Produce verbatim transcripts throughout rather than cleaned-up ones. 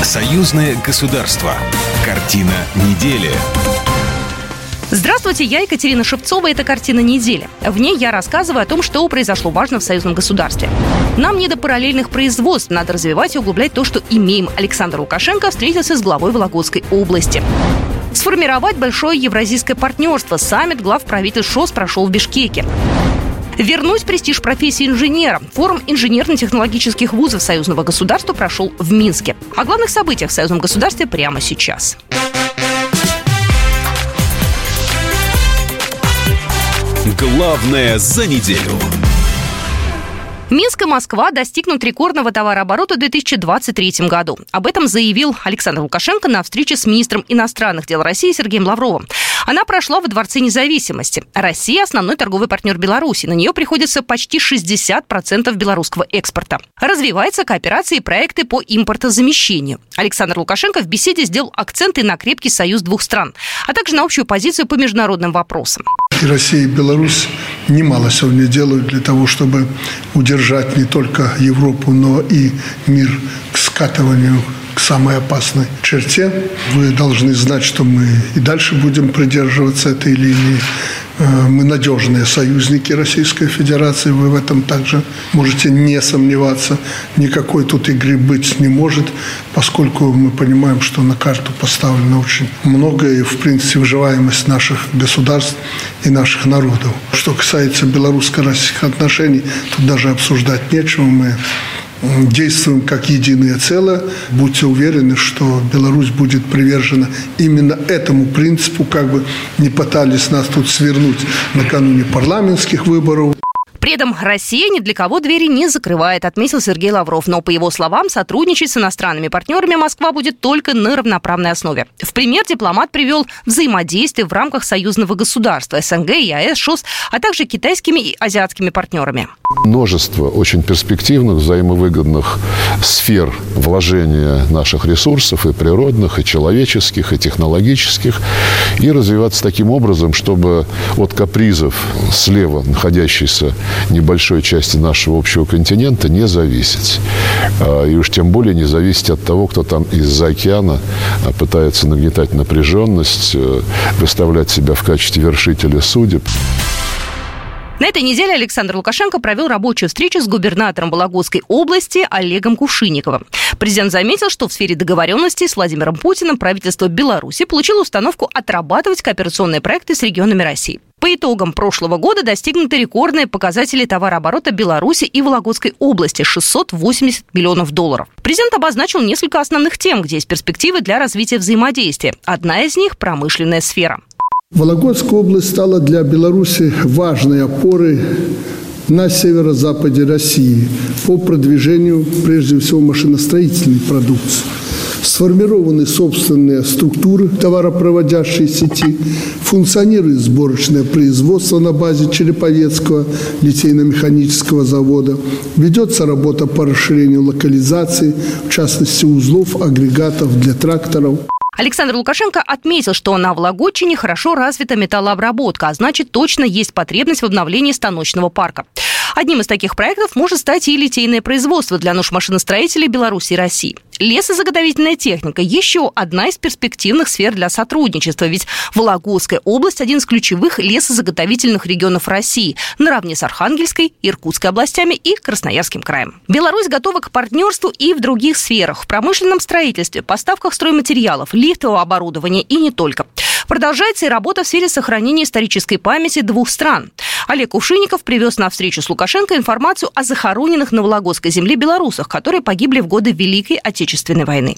Союзное государство. Картина недели. Здравствуйте, я Екатерина Шевцова, это «Картина недели». В ней я рассказываю о том, что произошло важно в союзном государстве. Нам не до параллельных производств, надо развивать и углублять то, что имеем. Александр Лукашенко встретился с главой Вологодской области. Сформировать большое евразийское партнерство. Саммит глав правительств ШОС прошел в Бишкеке. Вернуть престиж профессии инженера. Форум инженерно-технологических вузов союзного государства прошел в Минске. О главных событиях в союзном государстве прямо сейчас. Главное за неделю. Минск и Москва достигнут рекордного товарооборота в две тысячи двадцать третьем году. Об этом заявил Александр Лукашенко на встрече с министром иностранных дел России Сергеем Лавровым. Она прошла во Дворце независимости. Россия – основной торговый партнер Беларуси. На нее приходится почти шестьдесят процентов белорусского экспорта. Развиваются кооперации и проекты по импортозамещению. Александр Лукашенко в беседе сделал акценты на крепкий союз двух стран, а также на общую позицию по международным вопросам. И Россия, и Беларусь немало сегодня делают для того, чтобы удержать не только Европу, но и мир к скатыванию к самой опасной черте. Вы должны знать, что мы и дальше будем придерживаться этой линии. Мы надежные союзники Российской Федерации, вы в этом также можете не сомневаться. Никакой тут игры быть не может, поскольку мы понимаем, что на карту поставлено очень многое, и, в принципе, выживаемость наших государств и наших народов. Что касается белорусско-российских отношений, тут даже обсуждать нечего. Мы действуем как единое целое. Будьте уверены, что Беларусь будет привержена именно этому принципу, как бы не пытались нас тут свернуть накануне парламентских выборов. При этом Россия ни для кого двери не закрывает, отметил Сергей Лавров. Но, по его словам, сотрудничать с иностранными партнерами Москва будет только на равноправной основе. В пример дипломат привел взаимодействие в рамках союзного государства, СНГ, ЕАЭС, ШОС, а также китайскими и азиатскими партнерами. Множество очень перспективных, взаимовыгодных сфер вложения наших ресурсов, и природных, и человеческих, и технологических, и развиваться таким образом, чтобы от капризов слева находящейся небольшой части нашего общего континента не зависеть. И уж тем более не зависеть от того, кто там из-за океана пытается нагнетать напряженность, выставлять себя в качестве вершителя судеб. На этой неделе Александр Лукашенко провел рабочую встречу с губернатором Вологодской области Олегом Кувшинниковым. Президент заметил, что в сфере договоренностей с Владимиром Путиным правительство Беларуси получило установку отрабатывать кооперационные проекты с регионами России. По итогам прошлого года достигнуты рекордные показатели товарооборота Беларуси и Вологодской области – шестьсот восемьдесят миллионов долларов. Президент обозначил несколько основных тем, где есть перспективы для развития взаимодействия. Одна из них – промышленная сфера. Вологодская область стала для Беларуси важной опорой на северо-западе России по продвижению, прежде всего, машиностроительной продукции. Сформированы собственные структуры товаропроводящей сети, функционирует сборочное производство на базе Череповецкого литейно-механического завода, ведется работа по расширению локализации, в частности узлов, агрегатов для тракторов. Александр Лукашенко отметил, что на Вологодчине хорошо развита металлообработка, а значит, точно есть потребность в обновлении станочного парка. Одним из таких проектов может стать и литейное производство для нужд машиностроителей Беларуси и России. Лесозаготовительная техника – еще одна из перспективных сфер для сотрудничества, ведь Вологодская область – один из ключевых лесозаготовительных регионов России, наравне с Архангельской, Иркутской областями и Красноярским краем. Беларусь готова к партнерству и в других сферах – в промышленном строительстве, поставках стройматериалов, лифтового оборудования и не только. Продолжается и работа в сфере сохранения исторической памяти двух стран. Олег Кувшинников привез на встречу с Лукашенко информацию о захороненных на Вологодской земле белорусах, которые погибли в годы Великой Отечественной войны.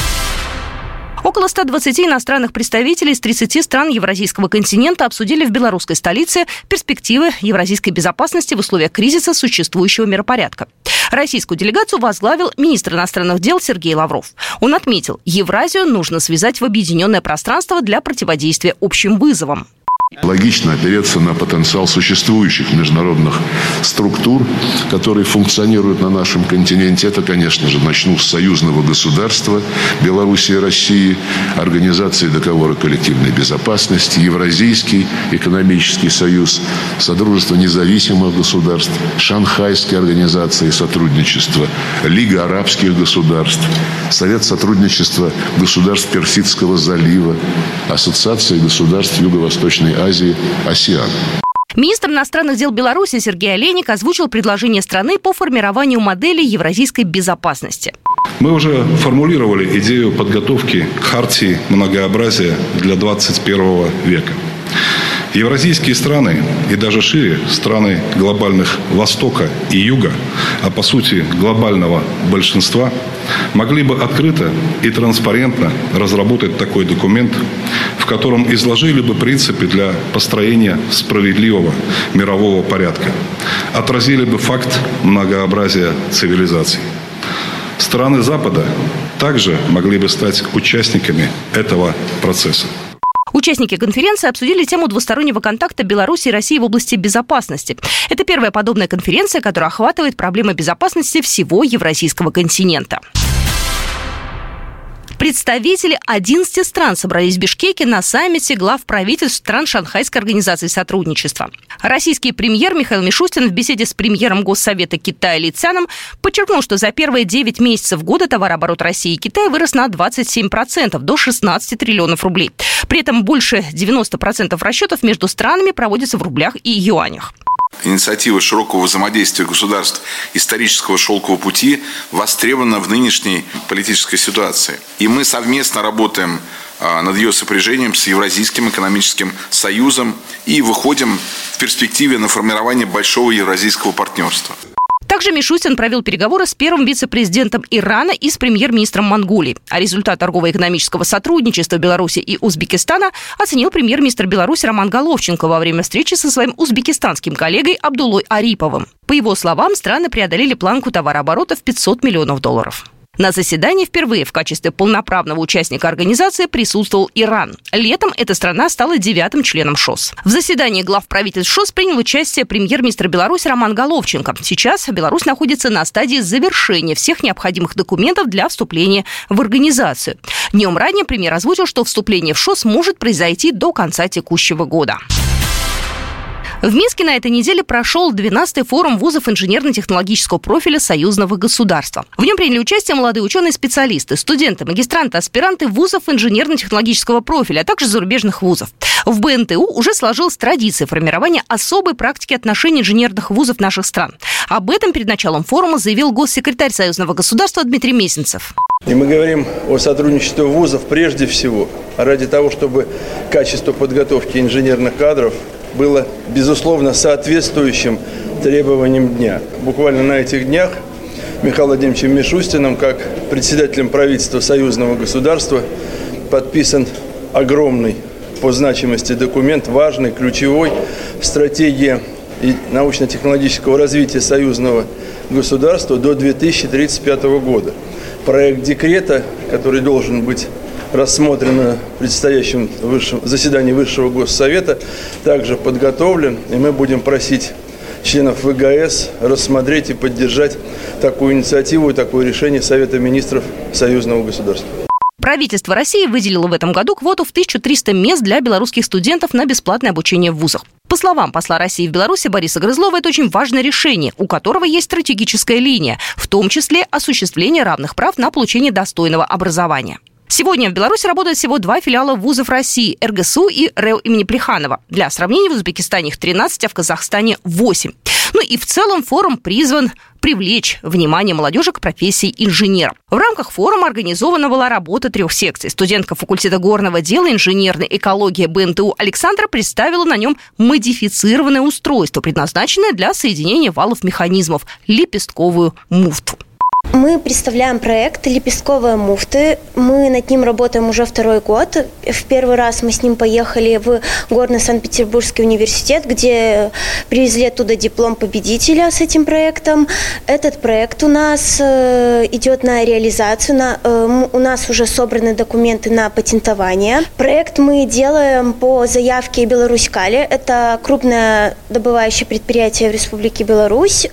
Около ста двадцати иностранных представителей из тридцати стран Евразийского континента обсудили в белорусской столице перспективы евразийской безопасности в условиях кризиса существующего миропорядка. Российскую делегацию возглавил министр иностранных дел Сергей Лавров. Он отметил, Евразию нужно связать в объединенное пространство для противодействия общим вызовам. Логично опереться на потенциал существующих международных структур, которые функционируют на нашем континенте. Это, конечно же, начну с союзного государства Беларуси и России, Организации договора коллективной безопасности, Евразийский экономический союз, Содружество независимых государств, Шанхайские организации сотрудничества, Лига арабских государств, Совет сотрудничества государств Персидского залива, Ассоциация государств Юго-Восточной Азии, АСЕАН. Министр иностранных дел Беларуси Сергей Олейник озвучил предложение страны по формированию модели евразийской безопасности. Мы уже формулировали идею подготовки к хартии многообразия для двадцать первого века. Евразийские страны и даже шире страны глобальных Востока и Юга, а по сути глобального большинства, могли бы открыто и транспарентно разработать такой документ, в котором изложили бы принципы для построения справедливого мирового порядка, отразили бы факт многообразия цивилизаций. Страны Запада также могли бы стать участниками этого процесса. Участники конференции обсудили тему двустороннего контакта Беларуси и России в области безопасности. Это первая подобная конференция, которая охватывает проблемы безопасности всего евразийского континента. Представители одиннадцати стран собрались в Бишкеке на саммите глав правительств стран Шанхайской организации сотрудничества. Российский премьер Михаил Мишустин в беседе с премьером Госсовета Китая Ли Цяном подчеркнул, что за первые девять месяцев года товарооборот России и Китая вырос на двадцать семь процентов, до шестнадцати триллионов рублей. При этом больше девяноста процентов расчетов между странами проводятся в рублях и юанях. Инициатива широкого взаимодействия государств исторического шелкового пути востребована в нынешней политической ситуации. И мы совместно работаем над ее сопряжением с Евразийским экономическим союзом и выходим в перспективе на формирование большого евразийского партнерства. Также Мишустин провел переговоры с первым вице-президентом Ирана и с премьер-министром Монголии. А результат торгово-экономического сотрудничества Беларуси и Узбекистана оценил премьер-министр Беларуси Роман Головченко во время встречи со своим узбекистанским коллегой Абдулой Ариповым. По его словам, страны преодолели планку товарооборота в пятьсот миллионов долларов. На заседании впервые в качестве полноправного участника организации присутствовал Иран. Летом эта страна стала девятым членом ШОС. В заседании глав правительств ШОС принял участие премьер-министр Беларуси Роман Головченко. Сейчас Беларусь находится на стадии завершения всех необходимых документов для вступления в организацию. Днем ранее премьер озвучил, что вступление в ШОС может произойти до конца текущего года. В Минске на этой неделе прошел двенадцатый форум вузов инженерно-технологического профиля союзного государства. В нем приняли участие молодые ученые-специалисты, студенты, магистранты, аспиранты вузов инженерно-технологического профиля, а также зарубежных вузов. В бэ эн тэ у уже сложилась традиция формирования особой практики отношений инженерных вузов наших стран. Об этом перед началом форума заявил госсекретарь союзного государства Дмитрий Мезенцев. И мы говорим о сотрудничестве вузов прежде всего ради того, чтобы качество подготовки инженерных кадров было, безусловно, соответствующим требованиям дня. Буквально на этих днях Михаилом Владимировичем Мишустиным, как председателем правительства союзного государства, подписан огромный по значимости документ, важный, ключевой, стратегия научно-технологического развития союзного государства до две тысячи тридцать пятого года. Проект декрета, который должен быть рассмотрен на предстоящем высшем, заседании Высшего Госсовета, также подготовлен, и мы будем просить членов вэ гэ эс рассмотреть и поддержать такую инициативу и такое решение Совета министров союзного государства. Правительство России выделило в этом году квоту в тысячу триста мест для белорусских студентов на бесплатное обучение в вузах. По словам посла России в Беларуси Бориса Грызлова, это очень важное решение, у которого есть стратегическая линия, в том числе осуществление равных прав на получение достойного образования. Сегодня в Беларуси работают всего два филиала вузов России – эр гэ эс у и РЭУ имени Плеханова. Для сравнения, в Узбекистане их тринадцать, а в Казахстане восемь. Ну и в целом форум призван привлечь внимание молодежи к профессии инженера. В рамках форума организована была работа трех секций. Студентка факультета горного дела инженерной экологии бэ эн тэ у Александра представила на нем модифицированное устройство, предназначенное для соединения валов механизмов – лепестковую муфту. Мы представляем проект «Лепестковые муфты». Мы над ним работаем уже второй год. В первый раз мы с ним поехали в горный Санкт-Петербургский университет, где привезли оттуда диплом победителя с этим проектом. Этот проект у нас идет на реализацию. На, у нас уже собраны документы на патентование. Проект мы делаем по заявке Беларусь-Кали. Это крупное добывающее предприятие в Республике Беларусь.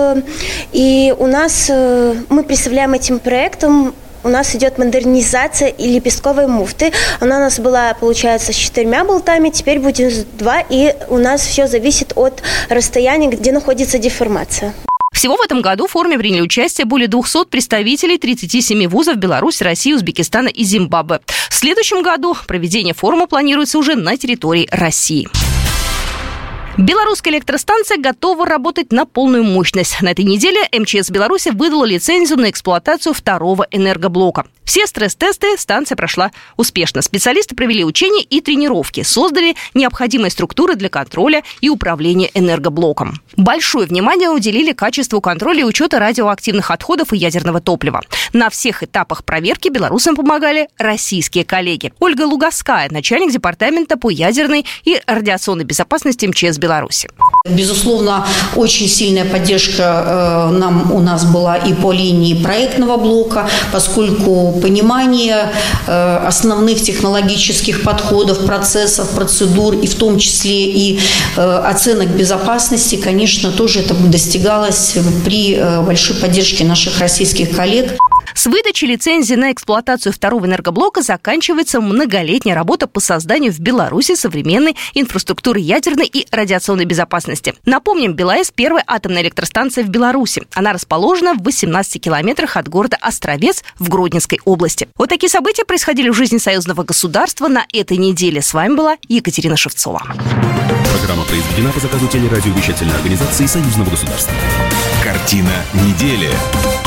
И у нас... Мы представляем этим проектом, у нас идет модернизация и лепестковой муфты. Она у нас была, получается, с четырьмя болтами, теперь будет с два, и у нас все зависит от расстояния, где находится деформация. Всего в этом году в форуме приняли участие более двухсот представителей тридцати семи вузов Беларуси, России, Узбекистана и Зимбабве. В следующем году проведение форума планируется уже на территории России. Белорусская электростанция готова работать на полную мощность. На этой неделе эм че эс Беларуси выдала лицензию на эксплуатацию второго энергоблока. Все стресс-тесты станция прошла успешно. Специалисты провели учения и тренировки, создали необходимые структуры для контроля и управления энергоблоком. Большое внимание уделили качеству контроля и учета радиоактивных отходов и ядерного топлива. На всех этапах проверки белорусам помогали российские коллеги. Ольга Луговская, начальник департамента по ядерной и радиационной безопасности эм че эс Беларуси. Безусловно, очень сильная поддержка э, нам у нас была и по линии проектного блока, поскольку понимание э, основных технологических подходов, процессов, процедур, и в том числе и э, оценок безопасности, конечно, тоже это достигалось при э, большой поддержке наших российских коллег. С выдачей лицензии на эксплуатацию второго энергоблока заканчивается многолетняя работа по созданию в Беларуси современной инфраструктуры ядерной и радиационной безопасности. Напомним, БелАЭС – первая атомная электростанция в Беларуси. Она расположена в восемнадцати километрах от города Островец в Гродненской области. Вот такие события происходили в жизни союзного государства на этой неделе. С вами была Екатерина Шевцова. Программа произведена по заказу телерадиовещательной организации союзного государства. Картина недели.